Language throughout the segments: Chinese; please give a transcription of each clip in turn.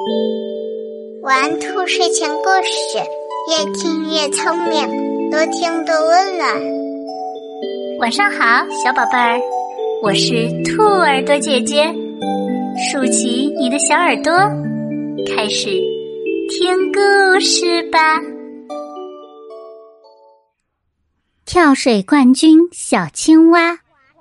玩兔睡前故事，越听越聪明，多听多温暖。 晚上好，小宝贝儿，我是兔耳朵姐姐，竖起你的小耳朵，开始听故事吧。跳水冠军小青蛙。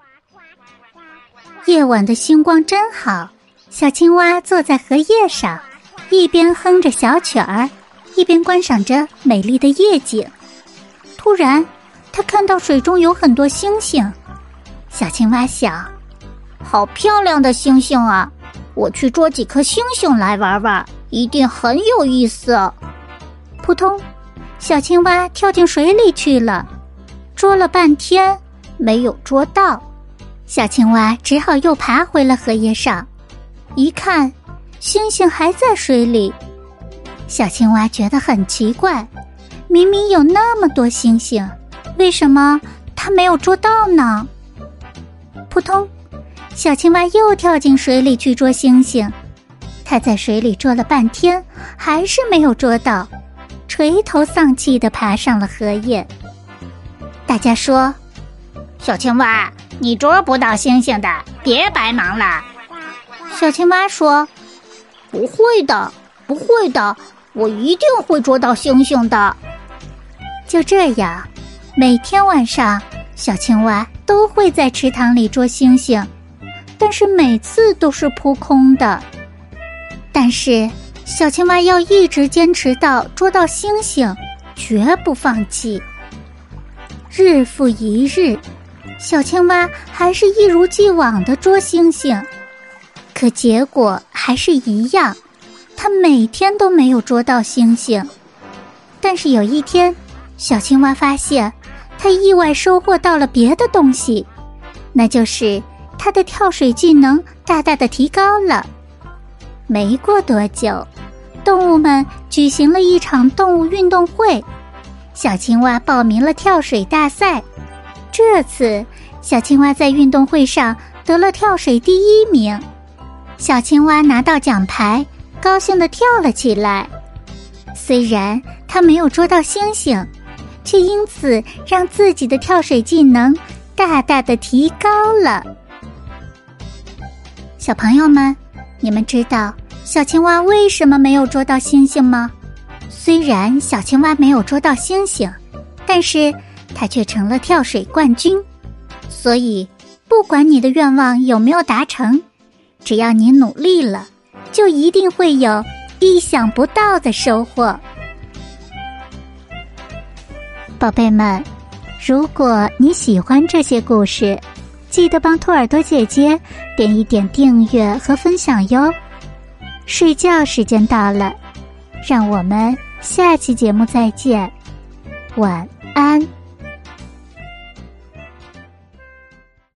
夜晚的星光真好，小青蛙坐在荷叶上，一边哼着小曲儿，一边观赏着美丽的夜景。突然，他看到水中有很多星星。小青蛙想，好漂亮的星星啊，我去捉几颗星星来玩玩，一定很有意思。扑通，小青蛙跳进水里去了，捉了半天没有捉到。小青蛙只好又爬回了荷叶上，一看星星还在水里。小青蛙觉得很奇怪，明明有那么多星星，为什么它没有捉到呢？扑通，小青蛙又跳进水里去捉星星。它在水里捉了半天，还是没有捉到，垂头丧气地爬上了荷叶。大家说，小青蛙，你捉不到星星的，别白忙了。小青蛙说，不会的，不会的，我一定会捉到星星的。就这样，每天晚上，小青蛙都会在池塘里捉星星，但是每次都是扑空的。但是，小青蛙要一直坚持到捉到星星，绝不放弃。日复一日，小青蛙还是一如既往地捉星星，可结果还是一样，它每天都没有捉到星星。但是有一天，小青蛙发现它意外收获到了别的东西，那就是它的跳水技能大大的提高了。没过多久，动物们举行了一场动物运动会，小青蛙报名了跳水大赛。这次小青蛙在运动会上得了跳水第1名。小青蛙拿到奖牌，高兴地跳了起来。虽然它没有捉到星星，却因此让自己的跳水技能大大的提高了。小朋友们，你们知道小青蛙为什么没有捉到星星吗？虽然小青蛙没有捉到星星，但是它却成了跳水冠军。所以，不管你的愿望有没有达成，只要你努力了，就一定会有意想不到的收获。宝贝们，如果你喜欢这些故事，记得帮兔耳朵姐姐点一点订阅和分享哟。睡觉时间到了，让我们下期节目再见，晚安。